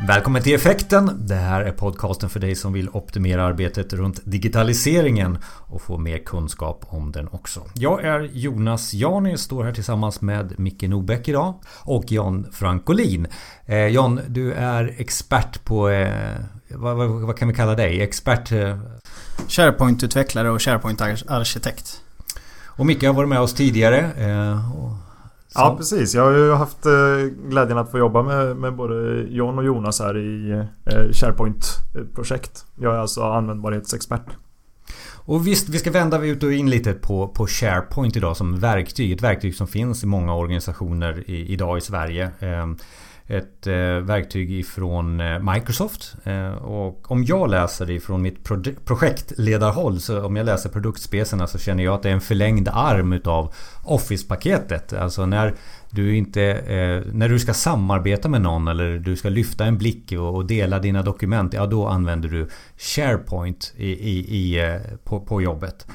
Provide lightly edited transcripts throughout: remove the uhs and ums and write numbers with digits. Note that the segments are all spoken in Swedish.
Välkommen till Effekten. Det här är podcasten för dig som vill optimera arbetet runt digitaliseringen och få mer kunskap om den också. Jag är Jonas Jani, står här tillsammans med Micke Nobäck idag och Jan Frankolin. Jan, du är expert på, vad kan vi kalla dig? Expert... SharePoint-utvecklare och SharePoint-arkitekt. Och Micke har varit med oss tidigare. Ja, precis. Jag har ju haft glädjen att få jobba med både John och Jonas här i SharePoint-projekt. Jag är alltså användbarhetsexpert. Och visst, vi ska vända ut och in lite på SharePoint idag som verktyg. Ett verktyg som finns i många organisationer idag i Sverige. Ett verktyg ifrån Microsoft, och om jag läser det ifrån mitt projektledarhåll, så om jag läser produktspecierna så känner jag att det är en förlängd arm utav Office-paketet. Alltså när du ska samarbeta med någon eller du ska lyfta en blick och dela dina dokument, ja då använder du SharePoint på jobbet.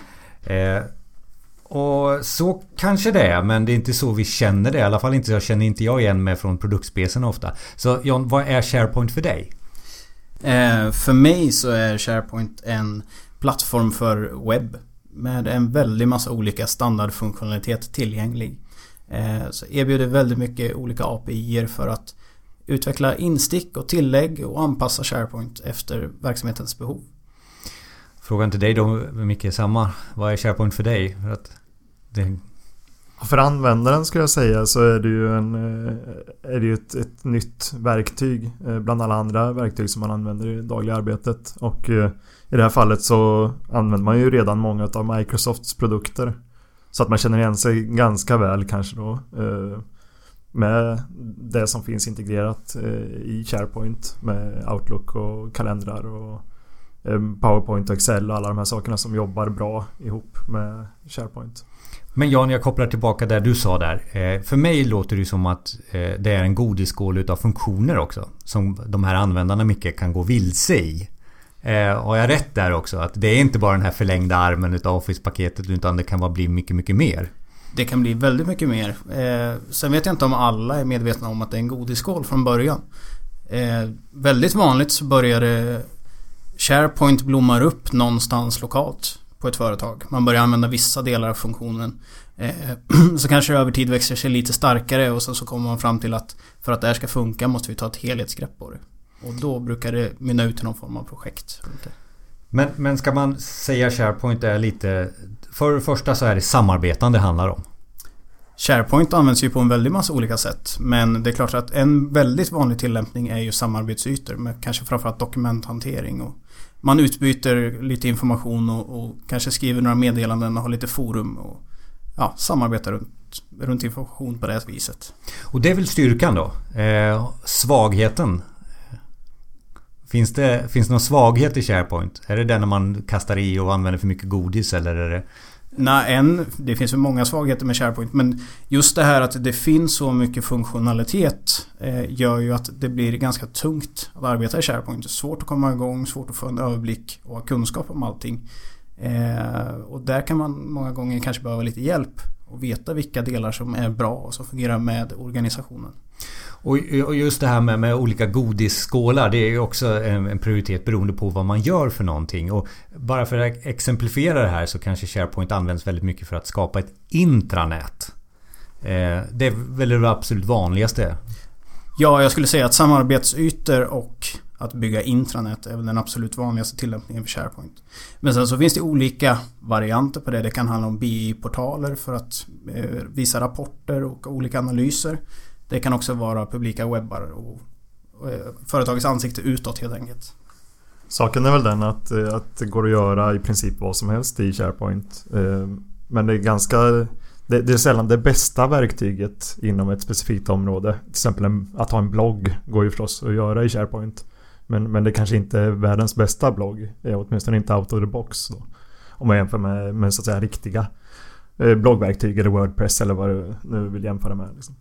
Och så kanske det är, men det är inte så vi känner det. I alla fall inte, jag känner inte jag igen mig från produktspecen ofta. Så John, vad är SharePoint för dig? För mig så är SharePoint en plattform för webb med en väldig massa olika standardfunktionalitet tillgänglig. Så erbjuder väldigt mycket olika API:er för att utveckla instick och tillägg och anpassa SharePoint efter verksamhetens behov. Frågan till dig då, Micke, är samma. Vad är SharePoint för dig? För användaren skulle jag säga så är det ju ett nytt verktyg bland alla andra verktyg som man använder i det dagliga arbetet. Och i det här fallet så använder man ju redan många av Microsofts produkter. Så att man känner igen sig ganska väl kanske då med det som finns integrerat i SharePoint med Outlook och kalendrar och PowerPoint och Excel och alla de här sakerna som jobbar bra ihop med SharePoint. Men Jan, jag kopplar tillbaka där du sa där. För mig låter det som att det är en godisskål utav funktioner också som de här användarna mycket kan gå vilse i. Har jag rätt där också? Att det är inte bara den här förlängda armen utav Office-paketet utan det kan bli mycket, mycket mer. Det kan bli väldigt mycket mer. Sen vet jag inte om alla är medvetna om att det är en godisskål från början. Väldigt vanligt så börjar SharePoint blommar upp någonstans lokalt på ett företag. Man börjar använda vissa delar av funktionen. Så kanske det över tid växer sig lite starkare och sen så kommer man fram till att för att det här ska funka måste vi ta ett helhetsgrepp på det. Och då brukar det mynna ut i någon form av projekt. Men ska man säga SharePoint är lite... För det första så är det samarbetande det handlar om. SharePoint används ju på en väldigt massa olika sätt. Men det är klart att en väldigt vanlig tillämpning är ju samarbetsytor med kanske framförallt dokumenthantering. Och man utbyter lite information och kanske skriver några meddelanden och har lite forum och samarbetar runt information på det viset. Och det är väl styrkan då? Svagheten? Finns det någon svaghet i SharePoint? Är det den när man kastar i och använder för mycket godis eller är det... Nej, det finns ju många svagheter med SharePoint, men just det här att det finns så mycket funktionalitet gör ju att det blir ganska tungt att arbeta i SharePoint. Det är svårt att komma igång, svårt att få en överblick och ha kunskap om allting. Och där kan man många gånger kanske behöva lite hjälp och veta vilka delar som är bra och som fungerar med organisationen. Och just det här med olika godisskålar, det är ju också en prioritet beroende på vad man gör för någonting. Och bara för att exemplifiera det här så kanske SharePoint används väldigt mycket för att skapa ett intranät. Det är väl det absolut vanligaste. Ja, jag skulle säga att samarbetsytor och att bygga intranät är väl den absolut vanligaste tillämpningen för SharePoint. Men sen så finns det olika varianter på det. Det kan handla om BI-portaler för att visa rapporter och olika analyser. Det kan också vara publika webbar och företagets ansikte utåt helt enkelt. Saken är väl den att det går att göra i princip vad som helst i SharePoint. Men det är det är sällan det bästa verktyget inom ett specifikt område. Till exempel att ha en blogg går ju förstås att göra i SharePoint. Men det kanske inte är världens bästa blogg. Åtminstone inte out of the box då. Om man jämför med så att säga riktiga bloggverktyg eller WordPress eller vad du nu vill jämföra med liksom.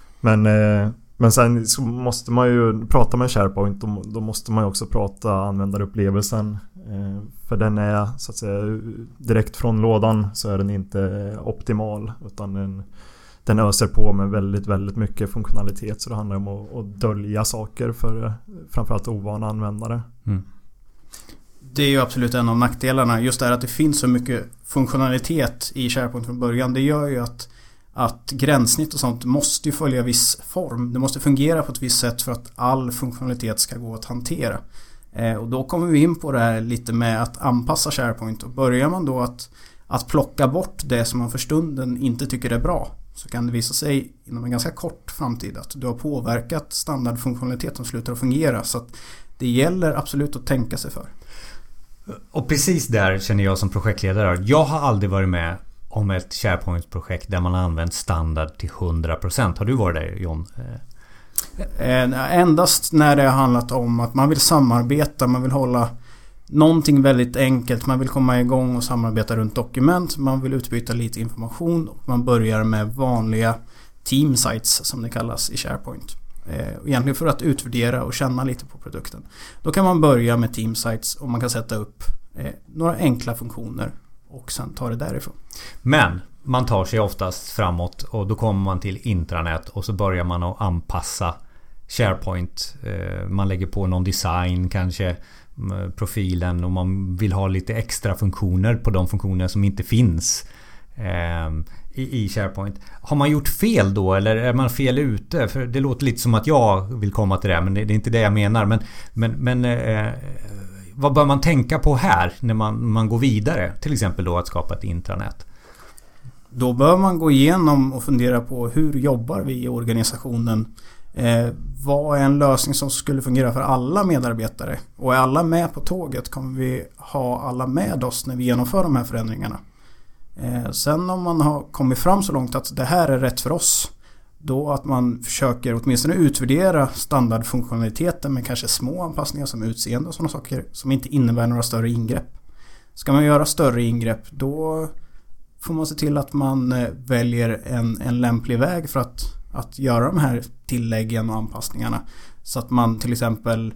Men sen så måste man ju prata med SharePoint, då måste man ju också prata användarupplevelsen. För den är så att säga direkt från lådan så är den inte optimal, utan den öser på med väldigt, väldigt mycket funktionalitet, så det handlar om att dölja saker för framförallt ovana användare. Det är ju absolut en av nackdelarna. Just det här att det finns så mycket funktionalitet i SharePoint från början. Det gör ju att gränssnitt och sånt måste ju följa viss form. Det måste fungera på ett visst sätt för att all funktionalitet ska gå att hantera. Och då kommer vi in på det här lite med att anpassa SharePoint. Och börjar man då att plocka bort det som man för stunden inte tycker är bra, så kan det visa sig inom en ganska kort framtid att du har påverkat standardfunktionalitet som slutar att fungera. Så att det gäller absolut att tänka sig för. Och precis där känner jag som projektledare. Jag har aldrig varit med om ett SharePoint-projekt där man har använt standard till 100%. Har du varit där, John? Endast när det har handlat om att man vill samarbeta, man vill hålla någonting väldigt enkelt, man vill komma igång och samarbeta runt dokument, man vill utbyta lite information och man börjar med vanliga team sites som det kallas i SharePoint. Egentligen för att utvärdera och känna lite på produkten. Då kan man börja med team sites och man kan sätta upp några enkla funktioner och sen ta det därifrån. Men man tar sig oftast framåt och då kommer man till intranät och så börjar man att anpassa SharePoint. Man lägger på någon design, kanske profilen, och man vill ha lite extra funktioner på de funktioner som inte finns i SharePoint. Har man gjort fel då, eller är man fel ute? För det låter lite som att jag vill komma till det, men det är inte det jag menar. Men vad bör man tänka på här när man går vidare? Till exempel då att skapa ett intranät. Då bör man gå igenom och fundera på hur jobbar vi i organisationen? Vad är en lösning som skulle fungera för alla medarbetare? Och är alla med på tåget? Kommer vi ha alla med oss när vi genomför de här förändringarna? Sen om man har kommit fram så långt att det här är rätt för oss, då att man försöker åtminstone utvärdera standardfunktionaliteten med kanske små anpassningar som utseende och sådana saker som inte innebär några större ingrepp. Ska man göra större ingrepp, då får man se till att man väljer en lämplig väg för att göra de här tilläggen och anpassningarna, så att man till exempel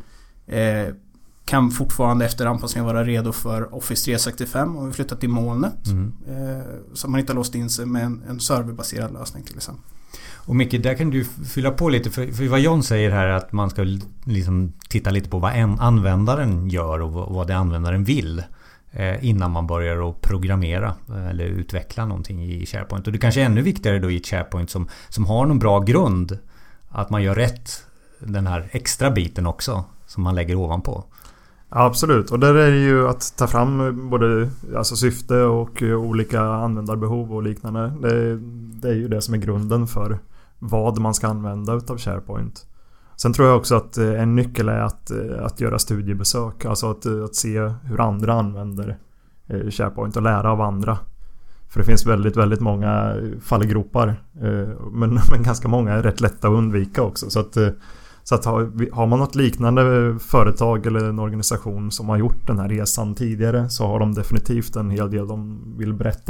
kan fortfarande efter anpassningen vara redo för Office 365 och vi flyttar till molnet. Så man inte har låst in sig med en serverbaserad lösning till exempel. Och Micke, där kan du fylla på lite, för vad John säger här är att man ska liksom titta lite på vad användaren gör och vad det användaren vill innan man börjar att programmera eller utveckla någonting i SharePoint. Och det kanske är ännu viktigare då i ett SharePoint som har någon bra grund, att man gör rätt den här extra biten också som man lägger ovanpå. Ja, absolut, och där är det ju att ta fram både syfte och olika användarbehov och liknande. Det är ju det som är grunden för vad man ska använda utav SharePoint. Sen tror jag också att en nyckel är att göra studiebesök, alltså att se hur andra använder SharePoint och lära av andra. För det finns väldigt, väldigt många fallgropar, men ganska många är rätt lätta att undvika också. Så att har man något liknande företag eller en organisation som har gjort den här resan tidigare, så har de definitivt en hel del de vill berätta.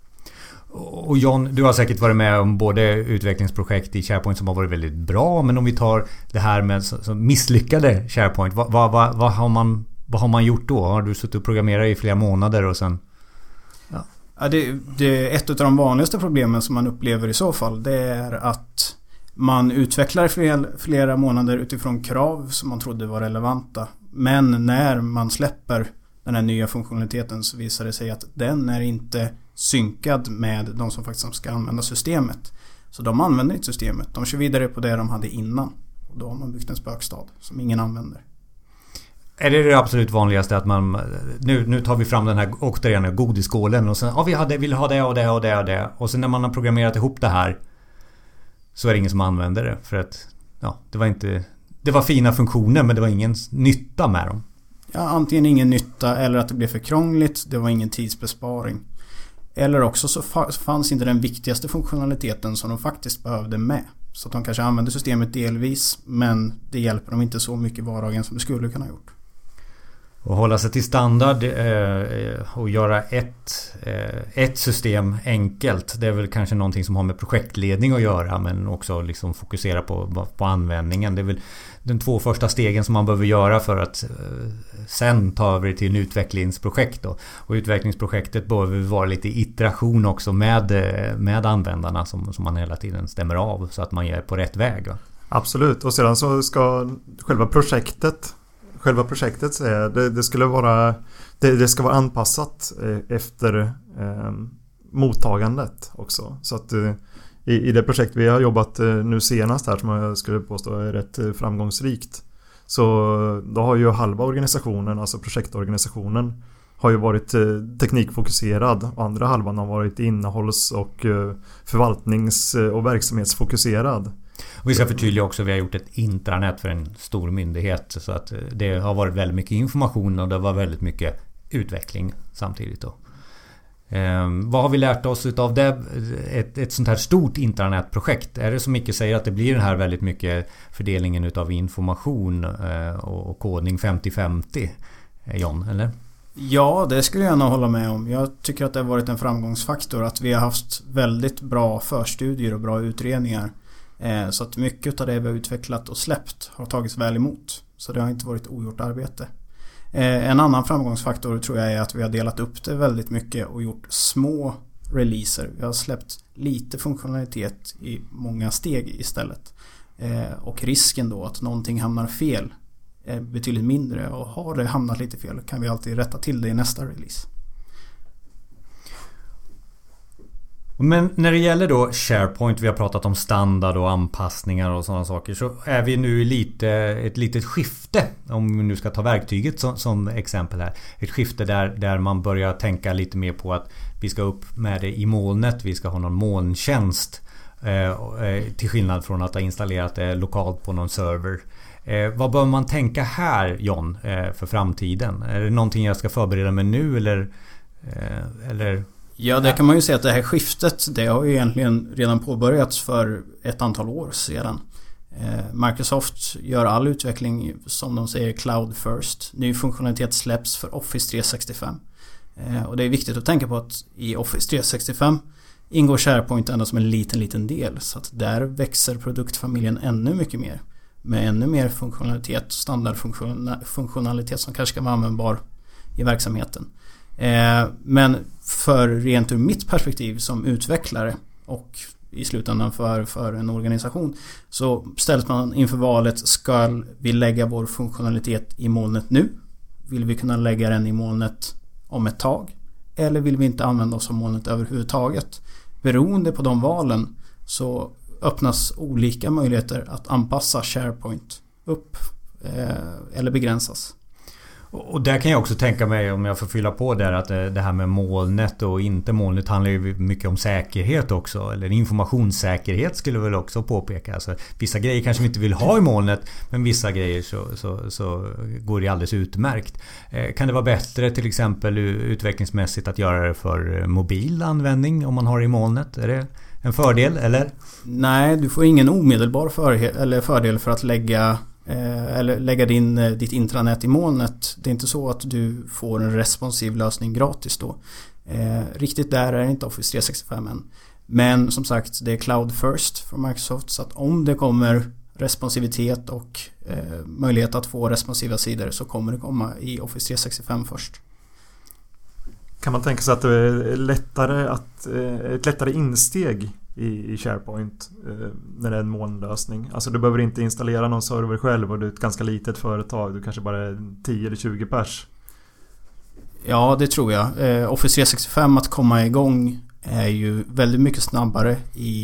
Och John, du har säkert varit med om både utvecklingsprojekt i SharePoint som har varit väldigt bra, men om vi tar det här med misslyckade SharePoint, vad har man gjort då? Har du suttit och programmerat i flera månader och sen... Ja, det är ett av de vanligaste problemen som man upplever i så fall. Det är att man utvecklar flera månader utifrån krav som man trodde var relevanta. Men när man släpper den här nya funktionaliteten så visar det sig att den är inte synkad med de som faktiskt ska använda systemet. Så de använder inte systemet. De kör vidare på det de hade innan. Och då har man byggt en spökstad som ingen använder. Är det absolut vanligaste att man... Nu tar vi fram den här återigen godisskålen och sen vill ha det och det och det och det. Och sen när man har programmerat ihop det här så är det ingen som använder det. För att det var fina funktioner, men det var ingen nytta med dem. Ja, antingen ingen nytta eller att det blev för krångligt. Det var ingen tidsbesparing. Eller också så fanns inte den viktigaste funktionaliteten som de faktiskt behövde med. Så att de kanske använde systemet delvis, men det hjälper dem inte så mycket i vardagen som det skulle kunna ha gjort. Och hålla sig till standard och göra ett system enkelt. Det är väl kanske någonting som har med projektledning att göra, men också liksom fokusera på användningen. Det är väl de 2 första stegen som man behöver göra för att sen ta över till en utvecklingsprojekt då. Och utvecklingsprojektet behöver vara lite iteration också med användarna som man hela tiden stämmer av så att man är på rätt väg. Va? Absolut, och sedan så ska själva projektet det skulle vara det ska vara anpassat efter mottagandet också. Så att i det projekt vi har jobbat nu senast här, som jag skulle påstå är rätt framgångsrikt, så då har ju halva organisationen, alltså projektorganisationen, har ju varit teknikfokuserad och andra halvan har varit innehålls- och förvaltnings- och verksamhetsfokuserad. Och vi ska förtydliga också, vi har gjort ett intranät för en stor myndighet, så att det har varit väldigt mycket information och det var väldigt mycket utveckling samtidigt då. Vad har vi lärt oss utav det? Ett sånt här stort intranätprojekt? Är det som mycket säger att det blir den här väldigt mycket fördelningen utav information och kodning 50-50, John, eller? Ja, det skulle jag nog hålla med om. Jag tycker att det har varit en framgångsfaktor att vi har haft väldigt bra förstudier och bra utredningar. Så att mycket av det vi har utvecklat och släppt har tagits väl emot. Så det har inte varit ogjort arbete. En annan framgångsfaktor tror jag är att vi har delat upp det väldigt mycket och gjort små releaser. Vi har släppt lite funktionalitet i många steg istället. Och risken då att någonting hamnar fel är betydligt mindre, och har det hamnat lite fel kan vi alltid rätta till det i nästa release. Men när det gäller då SharePoint, vi har pratat om standard och anpassningar och sådana saker, så är vi nu i ett litet skifte, om vi nu ska ta verktyget som exempel här. Ett skifte där man börjar tänka lite mer på att vi ska upp med det i molnet, vi ska ha någon molntjänst, till skillnad från att ha installerat det lokalt på någon server. Vad bör man tänka här, John, för framtiden? Är det någonting jag ska förbereda mig nu eller? Ja, det kan man ju säga att det här skiftet, det har ju egentligen redan påbörjats för ett antal år sedan. Microsoft gör all utveckling, som de säger, cloud first. Ny funktionalitet släpps för Office 365. Och det är viktigt att tänka på att i Office 365 ingår SharePoint endast som en liten del. Så att där växer produktfamiljen ännu mycket mer. Med ännu mer funktionalitet, standardfunktionalitet som kanske ska vara användbar i verksamheten. Men för rent ur mitt perspektiv som utvecklare och i slutändan för en organisation, så ställs man inför valet: ska vi lägga vår funktionalitet i molnet nu? Vill vi kunna lägga den i molnet om ett tag? Eller vill vi inte använda oss av molnet överhuvudtaget? Beroende på de valen så öppnas olika möjligheter att anpassa SharePoint upp eller begränsas. Och där kan jag också tänka mig, om jag får fylla på där, att det här med molnet och inte molnet handlar ju mycket om säkerhet också, eller informationssäkerhet skulle väl också påpeka. Alltså, vissa grejer kanske vi inte vill ha i molnet, men vissa grejer så går det alldeles utmärkt. Kan det vara bättre till exempel utvecklingsmässigt att göra det för mobil användning om man har det i molnet? Är det en fördel, eller? Nej, du får ingen omedelbar fördel för att lägga ditt intranät i molnet. Det är inte så att du får en responsiv lösning gratis då. Riktigt där är inte Office 365 än. Men som sagt, det är cloud first för Microsoft, så att om det kommer responsivitet och möjlighet att få responsiva sidor, så kommer det komma i Office 365 först. Kan man tänka sig att det är ett lättare insteg i SharePoint när det är en molnlösning? Alltså du behöver inte installera någon server själv och du är ett ganska litet företag. Du kanske bara är 10 eller 20 pers. Ja, det tror jag. Office 365 att komma igång är ju väldigt mycket snabbare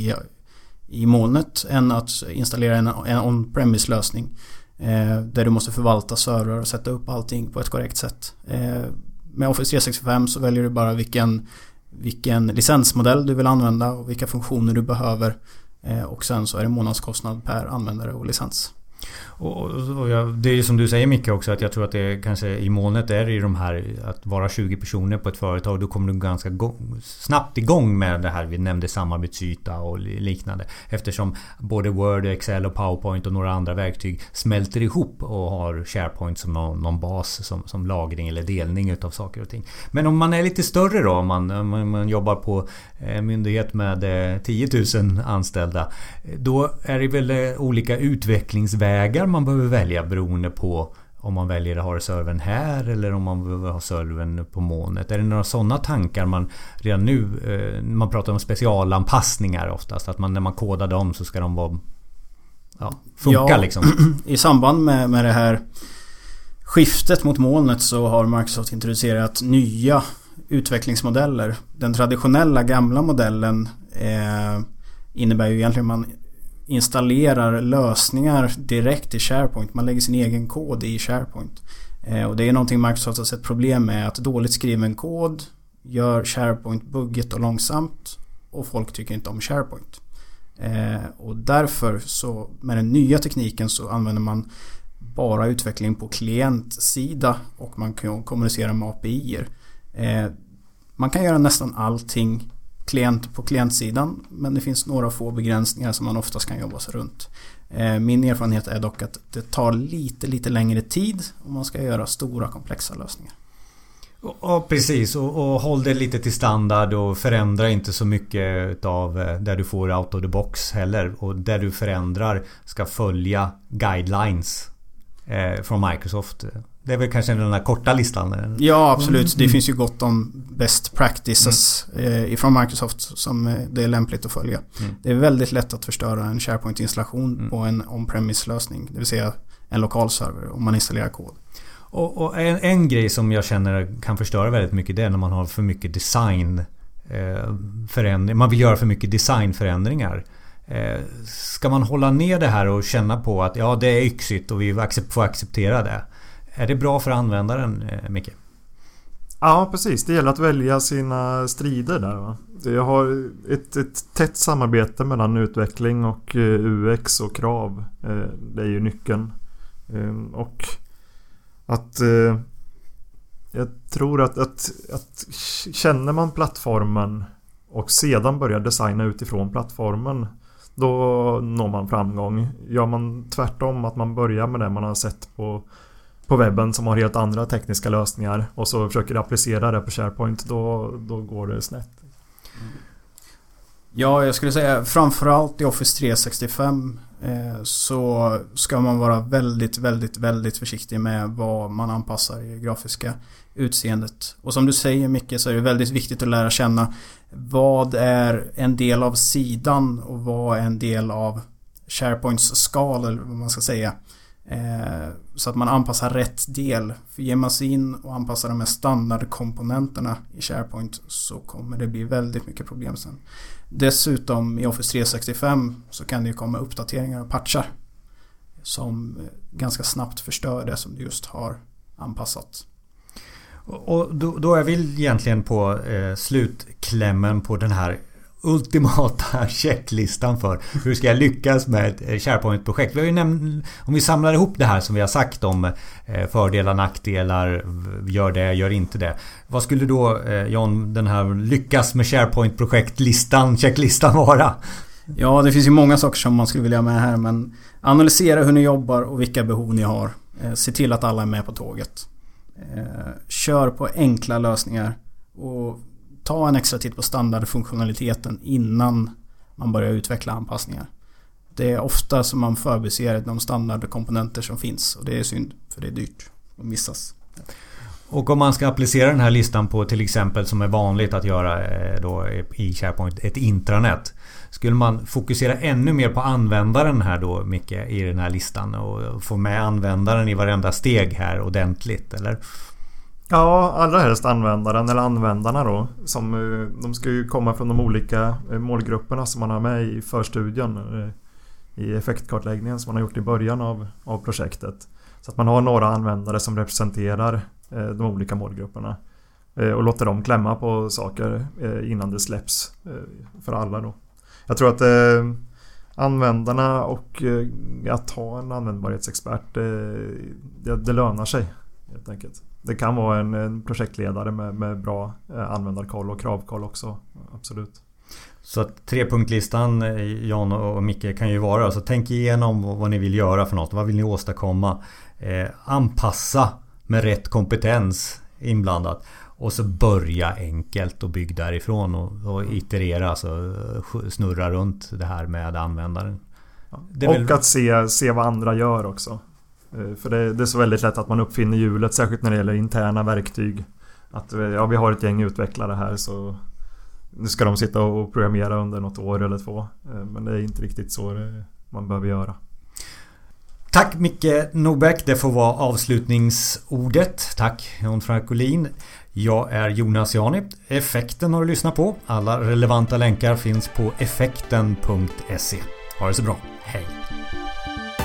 i molnet än att installera en on-premise lösning där du måste förvalta servrar och sätta upp allting på ett korrekt sätt. Med Office 365 så väljer du bara vilken licensmodell du vill använda och vilka funktioner du behöver, och sen så är det månadskostnad per användare och licens. Det är ju som du säger Micke också, att jag tror att det kanske i molnet är i de här, att vara 20 personer på ett företag, då kommer du ganska snabbt igång med det här vi nämnde, samarbetsyta och liknande, eftersom både Word, Excel och PowerPoint och några andra verktyg smälter ihop och har SharePoint som någon bas som lagring eller delning utav saker och ting. Men om man är lite större då, om man jobbar på en myndighet med 10 000 anställda, då är det väl olika utvecklingsvägar man behöver välja beroende på om man väljer att ha servern här eller om man behöver ha servern på molnet. Är det några sådana tankar man redan nu, man pratar om specialanpassningar oftast, att man när man kodar dem så ska de vara funka liksom. I samband med det här skiftet mot molnet så har Microsoft introducerat nya utvecklingsmodeller. Den traditionella gamla modellen innebär ju egentligen man installerar lösningar direkt i SharePoint. Man lägger sin egen kod i SharePoint. Och det är någonting Microsoft har sett problem med, att dåligt skriven kod gör SharePoint buggigt och långsamt, och folk tycker inte om SharePoint. Och därför så med den nya tekniken så använder man bara utveckling på klientsida och man kan kommunicera med API:er. Man kan göra nästan allting på klientsidan, men det finns några få begränsningar som man oftast kan jobba sig runt. Min erfarenhet är dock att det tar lite längre tid om man ska göra stora komplexa lösningar. Och precis, och håll det lite till standard och förändra inte så mycket av där du får out of the box heller, och där du förändrar ska följa guidelines från Microsoft. Det är väl kanske den här korta listan. Ja, absolut. Det finns ju gott om best practices ifrån Microsoft som det är lämpligt att följa. Det är väldigt lätt att förstöra en SharePoint-installation på en on-premise-lösning, det vill säga en lokal server, om man installerar kod. Och en grej som jag känner kan förstöra väldigt mycket, det är när man har för mycket designförändringar. Man vill göra för mycket designförändringar. Ska man hålla ner det här och känna på att ja, det är yxigt och vi får acceptera det? Är det bra för användaren, Micke? Ja, precis. Det gäller att välja sina strider där, va? Jag har ett tätt samarbete mellan utveckling och UX och krav. Det är ju nyckeln. Och att jag tror att känner man plattformen och sedan börjar designa utifrån plattformen, då når man framgång. Gör man tvärtom, att man börjar med det man har sett på webben som har helt andra tekniska lösningar och så försöker applicera det på SharePoint, då går det snett. Ja, jag skulle säga framförallt i Office 365 så ska man vara väldigt försiktig med vad man anpassar i grafiska utseendet. Och som du säger Micke, så är det väldigt viktigt att lära känna vad är en del av sidan och vad är en del av SharePoints skal, eller vad man ska säga. Så att man anpassar rätt del. För ger man sig in och anpassar de här standardkomponenterna i SharePoint så kommer det bli väldigt mycket problem sen. Dessutom i Office 365 så kan det ju komma uppdateringar och patchar som ganska snabbt förstör det som du just har anpassat. Och då är vi egentligen på slutklämmen på den här ultimata checklistan för hur ska jag lyckas med ett SharePoint-projekt. Vi har ju om vi samlar ihop det här som vi har sagt om fördelar, nackdelar, gör det, gör inte det. Vad skulle då, John, den här lyckas med SharePoint-projektlistan, checklistan vara? Ja, det finns ju många saker som man skulle vilja ha med här, men analysera hur ni jobbar och vilka behov ni har. Se till att alla är med på tåget. Kör på enkla lösningar och ta en extra titt på standardfunktionaliteten innan man börjar utveckla anpassningar. Det är ofta som man förbiser de standardkomponenter som finns, och det är synd, för det är dyrt och missas. Och om man ska applicera den här listan på till exempel, som är vanligt att göra då i SharePoint, ett intranät, skulle man fokusera ännu mer på användaren här då, Micke, i den här listan och få med användaren i varenda steg här ordentligt, eller? Ja, allra helst användaren eller användarna då, som de ska ju komma från de olika målgrupperna som man har med i förstudien, i effektkartläggningen som man har gjort i början av projektet. Så att man har några användare som representerar de olika målgrupperna och låter dem klämma på saker innan det släpps för alla då. Jag tror användarna och att ha en användbarhetsexpert, det lönar sig helt enkelt. Det kan vara en projektledare med bra användarkoll och kravkoll också, absolut. Så att 3-punktlistan, Jan och Micke, kan ju vara, så tänk igenom vad ni vill göra för något, vad vill ni åstadkomma, anpassa med rätt kompetens inblandat, och så börja enkelt och bygg därifrån och iterera, alltså snurra runt det här med användaren. Och att se vad andra gör också. För det är så väldigt lätt att man uppfinner hjulet, särskilt när det gäller interna verktyg. Att vi har ett gäng utvecklare här, så nu ska de sitta och programmera under något år eller 2. Men det är inte riktigt så man behöver göra. Tack Micke Nordbäck, det får vara avslutningsordet. Tack Jan Frankolin. Jag är Jonas Jani. Effekten har du lyssnat på. Alla relevanta länkar finns på effekten.se. Ha det så bra. Hej!